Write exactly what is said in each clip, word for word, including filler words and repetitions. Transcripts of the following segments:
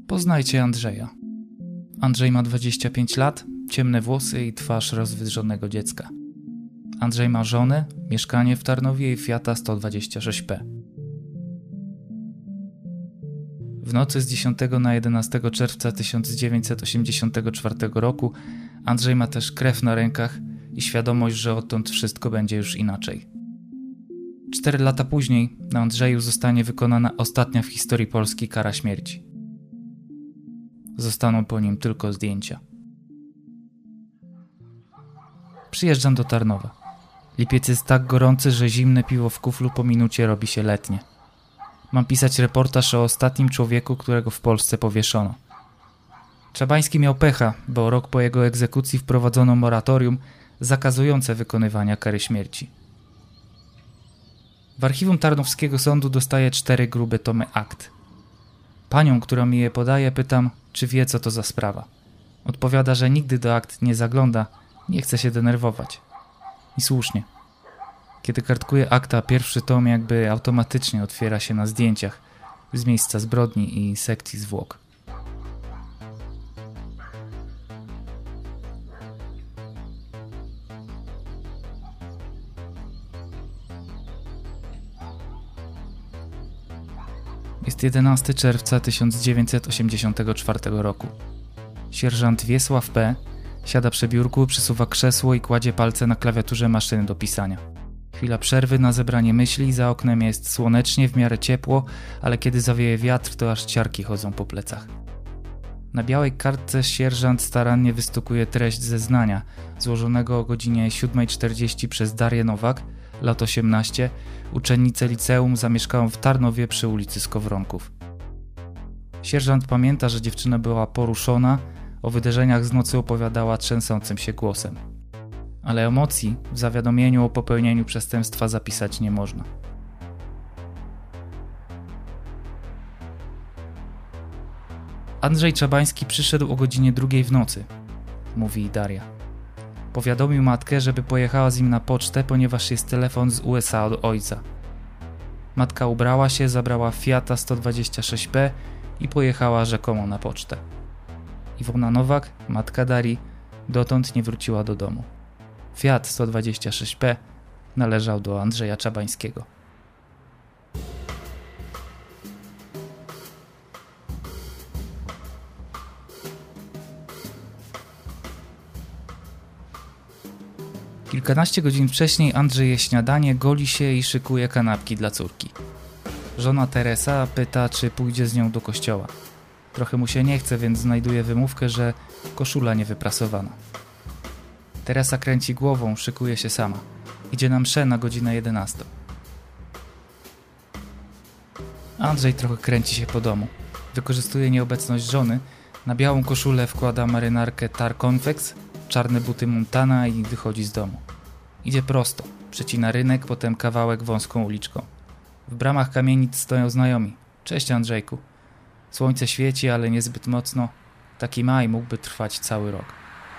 Poznajcie Andrzeja. Andrzej ma dwadzieścia pięć lat, ciemne włosy i twarz rozwydrzonego dziecka. Andrzej ma żonę, mieszkanie w Tarnowie i Fiata sto dwadzieścia sześć P. W nocy z dziesiątego na jedenastego czerwca tysiąc dziewięćset osiemdziesiątego czwartego roku Andrzej ma też krew na rękach i świadomość, że odtąd wszystko będzie już inaczej. Cztery lata później na Andrzeju zostanie wykonana ostatnia w historii Polski kara śmierci. Zostaną po nim tylko zdjęcia. Przyjeżdżam do Tarnowa. Lipiec jest tak gorący, że zimne piwo w kuflu po minucie robi się letnie. Mam pisać reportaż o ostatnim człowieku, którego w Polsce powieszono. Czabański miał pecha, bo rok po jego egzekucji wprowadzono moratorium zakazujące wykonywania kary śmierci. W archiwum Tarnowskiego Sądu dostaję cztery grube tomy akt. Panią, która mi je podaje, pytam, czy wie, co to za sprawa. Odpowiada, że nigdy do akt nie zagląda, nie chce się denerwować. I słusznie. Kiedy kartkuję akta, pierwszy tom jakby automatycznie otwiera się na zdjęciach z miejsca zbrodni i sekcji zwłok. Jest jedenastego czerwca tysiąc dziewięćset osiemdziesiątego czwartego roku. Sierżant Wiesław P. siada przy biurku, przysuwa krzesło i kładzie palce na klawiaturze maszyny do pisania. Chwila przerwy na zebranie myśli, za oknem jest słonecznie, w miarę ciepło, ale kiedy zawieje wiatr, to aż ciarki chodzą po plecach. Na białej kartce sierżant starannie wystukuje treść zeznania, złożonego o godzinie siódma czterdzieści przez Darię Nowak, lat osiemnaście, uczennicę liceum zamieszkałą w Tarnowie przy ulicy Skowronków. Sierżant pamięta, że dziewczyna była poruszona, o wydarzeniach z nocy opowiadała trzęsącym się głosem. Ale emocji w zawiadomieniu o popełnieniu przestępstwa zapisać nie można. Andrzej Czabański przyszedł o godzinie drugiej w nocy, mówi Daria. Powiadomił matkę, żeby pojechała z nim na pocztę, ponieważ jest telefon z U S A od ojca. Matka ubrała się, zabrała Fiata sto dwadzieścia sześć P i pojechała rzekomo na pocztę. Iwona Nowak, matka Darii, dotąd nie wróciła do domu. Fiat sto dwadzieścia sześć P należał do Andrzeja Czabańskiego. Kilkanaście godzin wcześniej Andrzej je śniadanie, goli się i szykuje kanapki dla córki. Żona Teresa pyta, czy pójdzie z nią do kościoła. Trochę mu się nie chce, więc znajduje wymówkę, że koszula nie wyprasowana. Teresa kręci głową, szykuje się sama. Idzie na mszę na godzinę jedenastą. Andrzej trochę kręci się po domu. Wykorzystuje nieobecność żony. Na białą koszulę wkłada marynarkę Tarconfex, czarne buty Montana i wychodzi z domu. Idzie prosto. Przecina rynek, potem kawałek wąską uliczką. W bramach kamienic stoją znajomi. Cześć Andrzejku. Słońce świeci, ale niezbyt mocno. Taki maj mógłby trwać cały rok.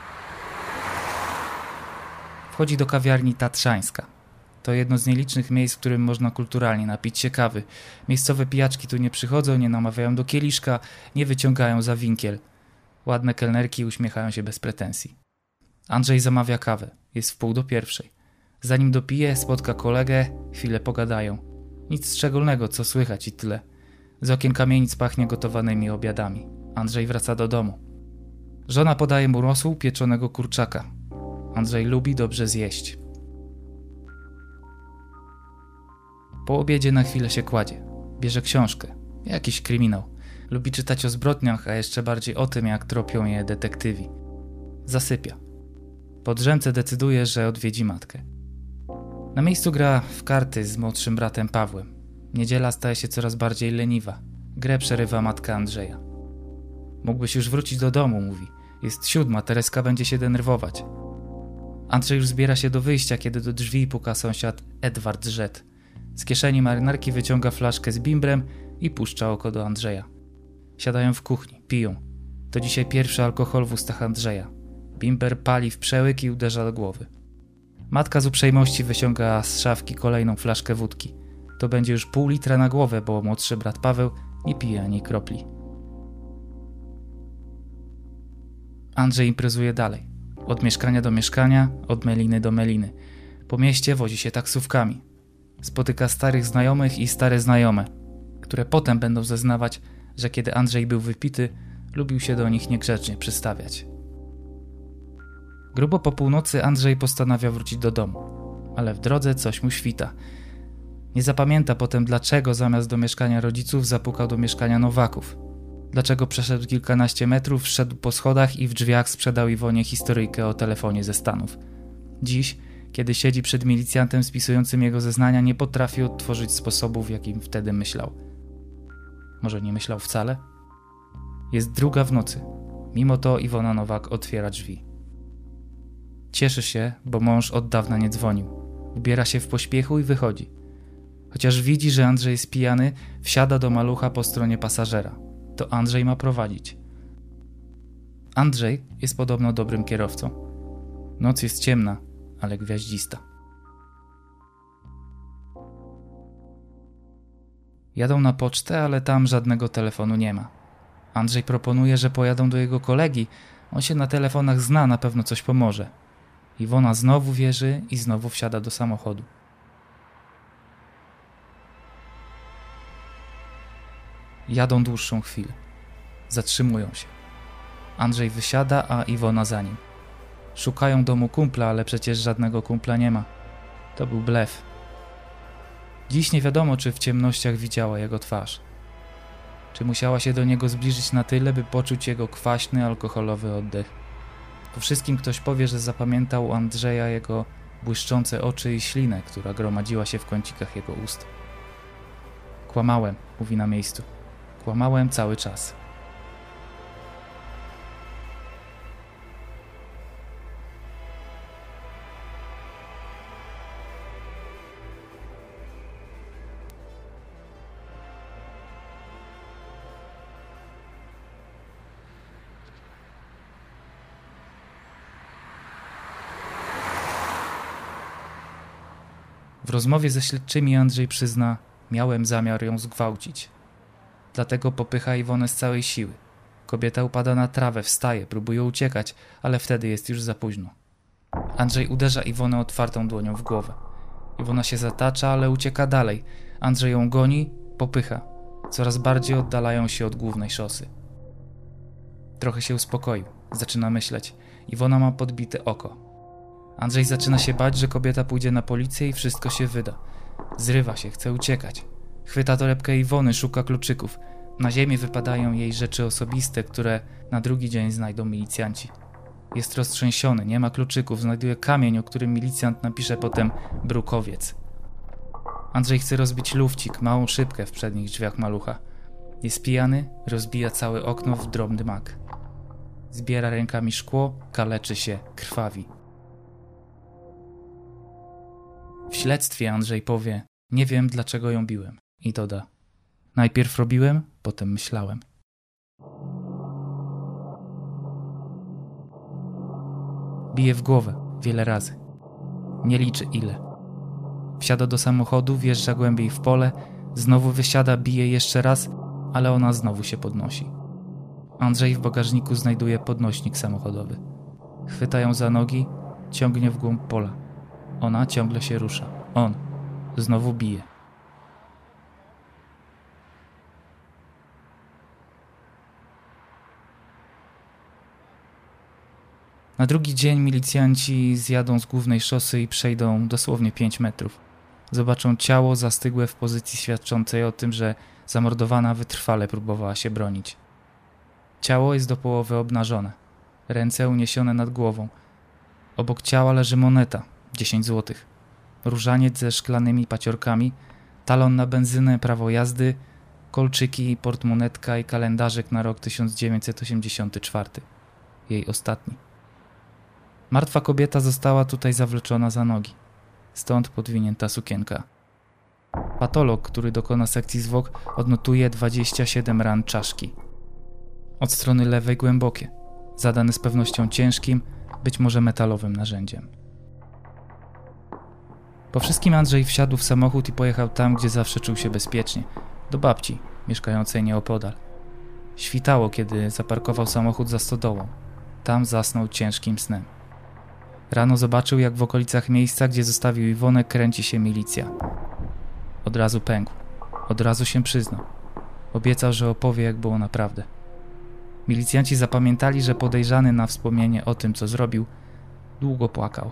Wchodzi do kawiarni Tatrzańska. To jedno z nielicznych miejsc, w którym można kulturalnie napić się kawy. Miejscowe pijaczki tu nie przychodzą, nie namawiają do kieliszka, nie wyciągają za winkiel. Ładne kelnerki uśmiechają się bez pretensji. Andrzej zamawia kawę. Jest w pół do pierwszej. Zanim dopije, spotka kolegę, chwilę pogadają. Nic szczególnego, co słychać i tyle. Z okien kamienic pachnie gotowanymi obiadami. Andrzej wraca do domu. Żona podaje mu rosół pieczonego kurczaka. Andrzej lubi dobrze zjeść. Po obiedzie na chwilę się kładzie. Bierze książkę. Jakiś kryminał. Lubi czytać o zbrodniach, a jeszcze bardziej o tym, jak tropią je detektywi. Zasypia. Po drzemce decyduje, że odwiedzi matkę. Na miejscu gra w karty z młodszym bratem Pawłem. Niedziela staje się coraz bardziej leniwa. Grę przerywa matka Andrzeja. Mógłbyś już wrócić do domu, mówi. Jest siódma, Tereska będzie się denerwować. Andrzej już zbiera się do wyjścia, kiedy do drzwi puka sąsiad Edward Rzet. Z kieszeni marynarki wyciąga flaszkę z bimbrem i puszcza oko do Andrzeja. Siadają w kuchni, piją. To dzisiaj pierwszy alkohol w ustach Andrzeja. Bimber pali w przełyk i uderza do głowy. Matka z uprzejmości wyciąga z szafki kolejną flaszkę wódki. To będzie już pół litra na głowę, bo młodszy brat Paweł nie pije ani kropli. Andrzej imprezuje dalej. Od mieszkania do mieszkania, od meliny do meliny. Po mieście wozi się taksówkami. Spotyka starych znajomych i stare znajome, które potem będą zeznawać, że kiedy Andrzej był wypity, lubił się do nich niegrzecznie przystawiać. Grubo po północy Andrzej postanawia wrócić do domu, ale w drodze coś mu świta. Nie zapamięta potem, dlaczego zamiast do mieszkania rodziców zapukał do mieszkania Nowaków. Dlaczego przeszedł kilkanaście metrów, wszedł po schodach i w drzwiach sprzedał Iwonie historyjkę o telefonie ze Stanów. Dziś, kiedy siedzi przed milicjantem spisującym jego zeznania, nie potrafi odtworzyć sposobu, w jakim wtedy myślał. Może nie myślał wcale? Jest druga w nocy. Mimo to Iwona Nowak otwiera drzwi. Cieszy się, bo mąż od dawna nie dzwonił. Ubiera się w pośpiechu i wychodzi. Chociaż widzi, że Andrzej jest pijany, wsiada do malucha po stronie pasażera. To Andrzej ma prowadzić. Andrzej jest podobno dobrym kierowcą. Noc jest ciemna, ale gwiaździsta. Jadą na pocztę, ale tam żadnego telefonu nie ma. Andrzej proponuje, że pojadą do jego kolegi. On się na telefonach zna, na pewno coś pomoże. Iwona znowu wierzy i znowu wsiada do samochodu. Jadą dłuższą chwilę. Zatrzymują się. Andrzej wysiada, a Iwona za nim. Szukają domu kumpla, ale przecież żadnego kumpla nie ma. To był blef. Dziś nie wiadomo, czy w ciemnościach widziała jego twarz. Czy musiała się do niego zbliżyć na tyle, by poczuć jego kwaśny, alkoholowy oddech. Po wszystkim ktoś powie, że zapamiętał u Andrzeja jego błyszczące oczy i ślinę, która gromadziła się w kącikach jego ust. Kłamałem, mówi na miejscu. Kłamałem cały czas. W rozmowie ze śledczymi Andrzej przyzna, miałem zamiar ją zgwałcić. Dlatego popycha Iwonę z całej siły. Kobieta upada na trawę, wstaje, próbuje uciekać, ale wtedy jest już za późno. Andrzej uderza Iwonę otwartą dłonią w głowę. Iwona się zatacza, ale ucieka dalej. Andrzej ją goni, popycha. Coraz bardziej oddalają się od głównej szosy. Trochę się uspokoił. Zaczyna myśleć. Iwona ma podbite oko. Andrzej zaczyna się bać, że kobieta pójdzie na policję i wszystko się wyda. Zrywa się, chce uciekać. Chwyta torebkę Iwony, szuka kluczyków. Na ziemię wypadają jej rzeczy osobiste, które na drugi dzień znajdą milicjanci. Jest roztrzęsiony, nie ma kluczyków, znajduje kamień, o którym milicjant napisze potem Brukowiec. Andrzej chce rozbić lufcik, małą szybkę w przednich drzwiach malucha. Jest pijany, rozbija całe okno w drobny mak. Zbiera rękami szkło, kaleczy się, krwawi. W śledztwie Andrzej powie, nie wiem dlaczego ją biłem. I doda, najpierw robiłem, potem myślałem. Bije w głowę wiele razy. Nie liczy ile. Wsiada do samochodu, wjeżdża głębiej w pole, znowu wysiada, bije jeszcze raz, ale ona znowu się podnosi. Andrzej w bagażniku znajduje podnośnik samochodowy. Chwyta ją za nogi, ciągnie w głąb pola. Ona ciągle się rusza. On znowu bije. Na drugi dzień milicjanci zjadą z głównej szosy i przejdą dosłownie pięć metrów. Zobaczą ciało zastygłe w pozycji świadczącej o tym, że zamordowana wytrwale próbowała się bronić. Ciało jest do połowy obnażone. Ręce uniesione nad głową. Obok ciała leży moneta, dziesięć złotych. Różaniec ze szklanymi paciorkami, talon na benzynę, prawo jazdy, kolczyki, portmonetka i kalendarzyk na rok tysiąc dziewięćset osiemdziesiąty czwarty. Jej ostatni. Martwa kobieta została tutaj zawleczona za nogi. Stąd podwinięta sukienka. Patolog, który dokona sekcji zwłok, odnotuje dwadzieścia siedem ran czaszki. Od strony lewej głębokie, zadane z pewnością ciężkim, być może metalowym narzędziem. Po wszystkim Andrzej wsiadł w samochód i pojechał tam, gdzie zawsze czuł się bezpiecznie, do babci, mieszkającej nieopodal. Świtało, kiedy zaparkował samochód za stodołą. tam zasnął ciężkim snem. Rano zobaczył, jak w okolicach miejsca, gdzie zostawił Iwonę, kręci się milicja. Od razu pękł. Od razu się przyznał. Obiecał, że opowie, jak było naprawdę. Milicjanci zapamiętali, że podejrzany na wspomnienie o tym, co zrobił, długo płakał.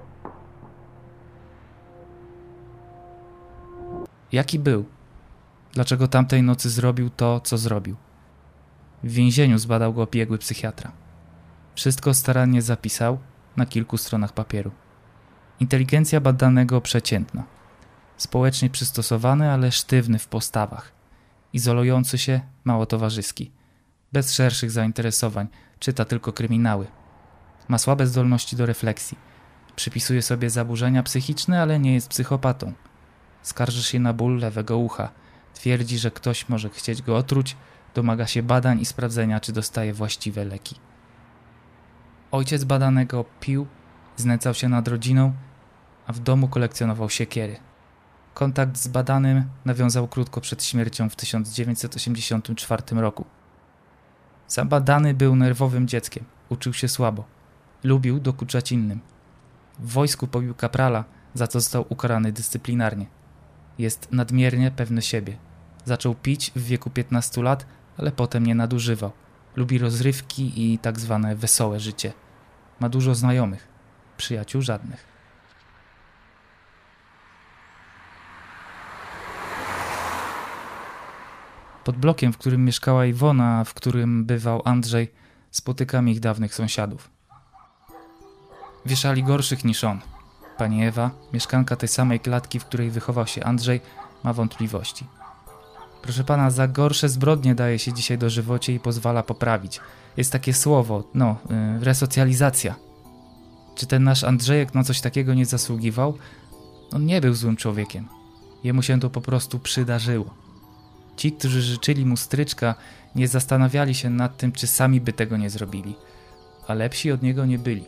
Jaki był? Dlaczego tamtej nocy zrobił to, co zrobił? W więzieniu zbadał go biegły psychiatra. Wszystko starannie zapisał na kilku stronach papieru. Inteligencja badanego przeciętna. Społecznie przystosowany, ale sztywny w postawach. Izolujący się, mało towarzyski. Bez szerszych zainteresowań, czyta tylko kryminały. Ma słabe zdolności do refleksji. Przypisuje sobie zaburzenia psychiczne, ale nie jest psychopatą. Skarży się na ból lewego ucha. Twierdzi, że ktoś może chcieć go otruć, domaga się badań i sprawdzenia, czy dostaje właściwe leki. Ojciec badanego pił, znęcał się nad rodziną, a w domu kolekcjonował siekiery. Kontakt z badanym nawiązał krótko przed śmiercią w tysiąc dziewięćset osiemdziesiątym czwartym roku. Sam badany był nerwowym dzieckiem, uczył się słabo. Lubił dokuczać innym. W wojsku pobił kaprala, za co został ukarany dyscyplinarnie. Jest nadmiernie pewny siebie. Zaczął pić w wieku piętnastu lat, ale potem nie nadużywał. Lubi rozrywki i tak zwane wesołe życie. Ma dużo znajomych, przyjaciół żadnych. Pod blokiem, w którym mieszkała Iwona, a w którym bywał Andrzej, spotykam ich dawnych sąsiadów. Wieszali gorszych niż on. Pani Ewa, mieszkanka tej samej klatki, w której wychował się Andrzej, ma wątpliwości. Proszę pana, za gorsze zbrodnie daje się dzisiaj dożywocie i pozwala poprawić. Jest takie słowo, no, yy, resocjalizacja. Czy ten nasz Andrzejek na coś takiego nie zasługiwał? On nie był złym człowiekiem. Jemu się to po prostu przydarzyło. Ci, którzy życzyli mu stryczka, nie zastanawiali się nad tym, czy sami by tego nie zrobili. A lepsi od niego nie byli.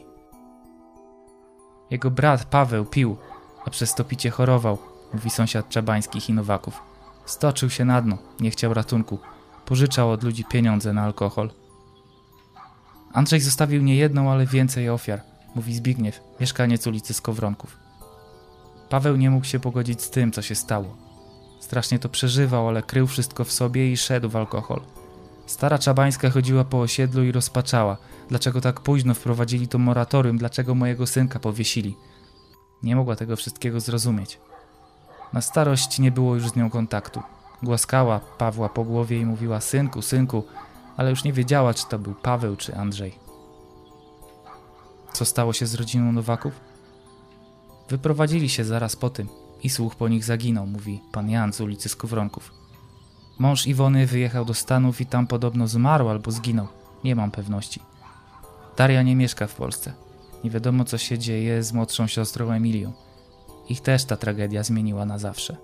Jego brat Paweł pił, a przez to picie chorował, mówi sąsiad Czabańskich i Nowaków. Stoczył się na dno, nie chciał ratunku. Pożyczał od ludzi pieniądze na alkohol. Andrzej zostawił nie jedną, ale więcej ofiar, mówi Zbigniew, mieszkaniec ulicy Skowronków. Paweł nie mógł się pogodzić z tym, co się stało. Strasznie to przeżywał, ale krył wszystko w sobie i szedł w alkohol. Stara Czabańska chodziła po osiedlu i rozpaczała. Dlaczego tak późno wprowadzili to moratorium? Dlaczego mojego synka powiesili? Nie mogła tego wszystkiego zrozumieć. Na starość nie było już z nią kontaktu. Głaskała Pawła po głowie i mówiła: synku, synku, ale już nie wiedziała, czy to był Paweł, czy Andrzej. Co stało się z rodziną Nowaków? Wyprowadzili się zaraz po tym i słuch po nich zaginął, mówi pan Jan z ulicy Skowronków. Mąż Iwony wyjechał do Stanów i tam podobno zmarł albo zginął. Nie mam pewności. Daria nie mieszka w Polsce. Nie wiadomo, co się dzieje z młodszą siostrą Emilią. Ich też ta tragedia zmieniła na zawsze.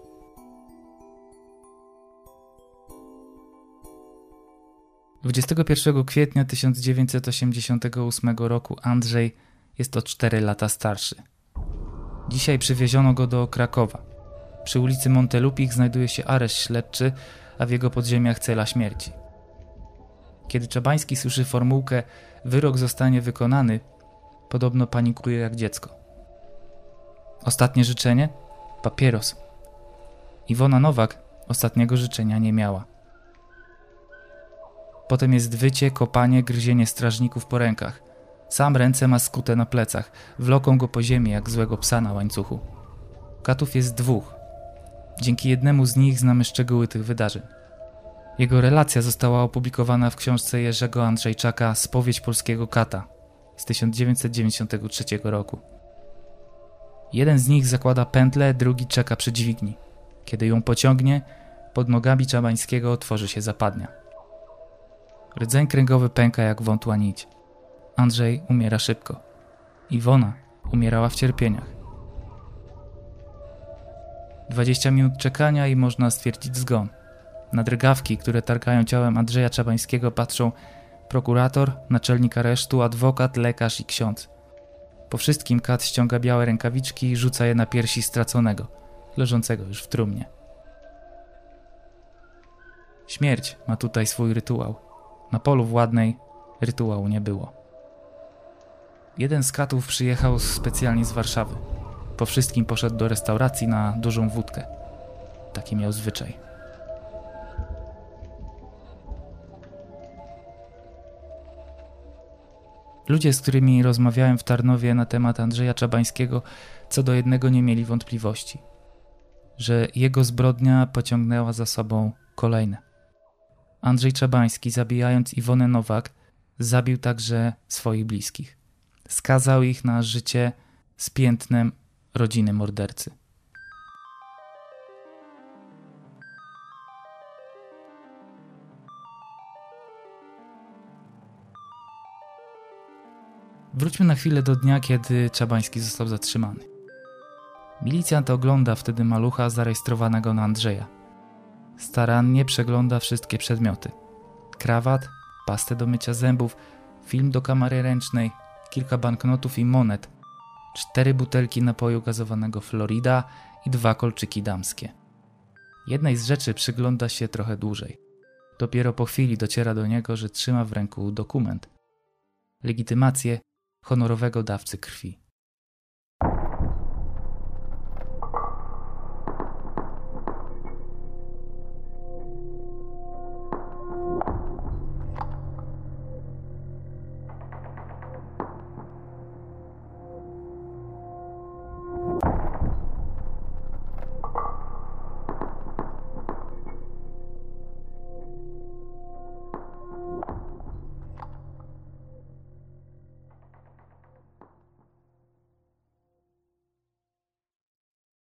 dwudziestego pierwszego kwietnia tysiąc dziewięćset osiemdziesiątego ósmego roku Andrzej jest o cztery lata starszy. Dzisiaj przywieziono go do Krakowa. Przy ulicy Montelupich znajduje się areszt śledczy, a w jego podziemiach cela śmierci. Kiedy Czabański słyszy formułkę „wyrok zostanie wykonany”, podobno panikuje jak dziecko. Ostatnie życzenie? Papieros. Iwona Nowak ostatniego życzenia nie miała. Potem jest wycie, kopanie, gryzienie strażników po rękach. Sam ręce ma skute na plecach, wloką go po ziemi jak złego psa na łańcuchu. Katów jest dwóch. Dzięki jednemu z nich znamy szczegóły tych wydarzeń. Jego relacja została opublikowana w książce Jerzego Andrzejczaka „Spowiedź polskiego kata” z tysiąc dziewięćset dziewięćdziesiątego trzeciego roku. Jeden z nich zakłada pętlę, drugi czeka przy dźwigni. Kiedy ją pociągnie, pod nogami Czabańskiego otworzy się zapadnia. Rdzeń kręgowy pęka jak wątła nić. Andrzej umiera szybko. Iwona umierała w cierpieniach. Dwadzieścia minut czekania i można stwierdzić zgon. Na drgawki, które targają ciałem Andrzeja Czabańskiego, patrzą prokurator, naczelnik aresztu, adwokat, lekarz i ksiądz. Po wszystkim kat ściąga białe rękawiczki i rzuca je na piersi straconego, leżącego już w trumnie. Śmierć ma tutaj swój rytuał. Na polu Władnej rytuału nie było. Jeden z katów przyjechał specjalnie z Warszawy. Po wszystkim poszedł do restauracji na dużą wódkę. Taki miał zwyczaj. Ludzie, z którymi rozmawiałem w Tarnowie na temat Andrzeja Czabańskiego, co do jednego nie mieli wątpliwości. Że jego zbrodnia pociągnęła za sobą kolejne. Andrzej Czabański, zabijając Iwonę Nowak, zabił także swoich bliskich. Skazał ich na życie z piętnem rodziny mordercy. Wróćmy na chwilę do dnia, kiedy Czabański został zatrzymany. Milicjant ogląda wtedy malucha zarejestrowanego na Andrzeja. Starannie przegląda wszystkie przedmioty. Krawat, pastę do mycia zębów, film do kamery ręcznej, kilka banknotów i monet, cztery butelki napoju gazowanego Florida i dwa kolczyki damskie. Jednej z rzeczy przygląda się trochę dłużej. Dopiero po chwili dociera do niego, że trzyma w ręku dokument. Legitymację honorowego dawcy krwi.